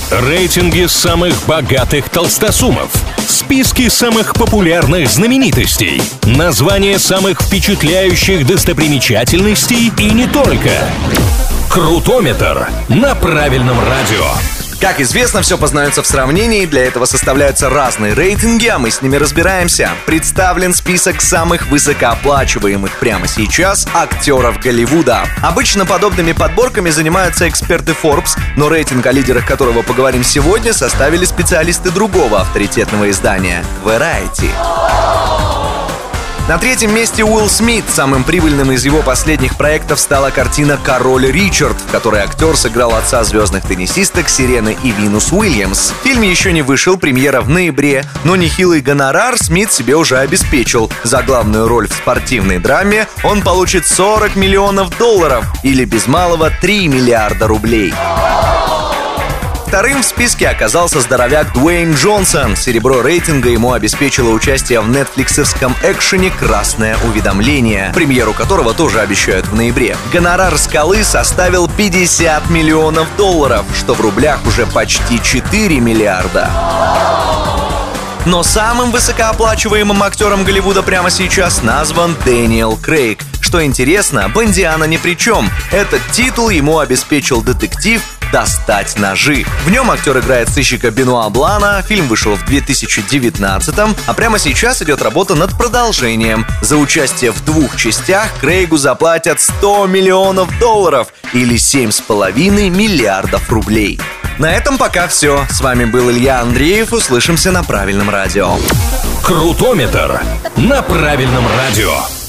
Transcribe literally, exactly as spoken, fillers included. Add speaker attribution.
Speaker 1: Рейтинги самых богатых толстосумов. Списки самых популярных знаменитостей. Названия самых впечатляющих достопримечательностей и не только. Крутометр на правильном радио.
Speaker 2: Как известно, все познается в сравнении, для этого составляются разные рейтинги, а мы с ними разбираемся. Представлен список самых высокооплачиваемых прямо сейчас актеров Голливуда. Обычно подобными подборками занимаются эксперты Forbes, но рейтинг, о лидерах которого поговорим сегодня, составили специалисты другого авторитетного издания — Variety. На третьем месте Уилл Смит. Самым прибыльным из его последних проектов стала картина «Король Ричард», в которой актер сыграл отца звездных теннисисток Сирены и Винус Уильямс. Фильм еще не вышел, премьера в ноябре, но нехилый гонорар Смит себе уже обеспечил. За главную роль в спортивной драме он получит сорок миллионов долларов, или без малого три миллиарда рублей. Вторым в списке оказался здоровяк Дуэйн Джонсон. Серебро рейтинга ему обеспечило участие в нетфликсовском экшене «Красное уведомление», премьеру которого тоже обещают в ноябре. Гонорар «Скалы» составил пятьдесят миллионов долларов, что в рублях уже почти четыре миллиарда. Но самым высокооплачиваемым актером Голливуда прямо сейчас назван Дэниел Крейг. Что интересно, Бондиана ни при чем. Этот титул ему обеспечил детектив «Достать ножи». В нем актер играет сыщика Бенуа Блана. Фильм вышел в две тысячи девятнадцатом, а прямо сейчас идет работа над продолжением. За участие в двух частях Крейгу заплатят сто миллионов долларов, или семь с половиной миллиардов рублей. На этом пока все. С вами был Илья Андреев. Услышимся на правильном радио.
Speaker 1: Крутометр на правильном радио.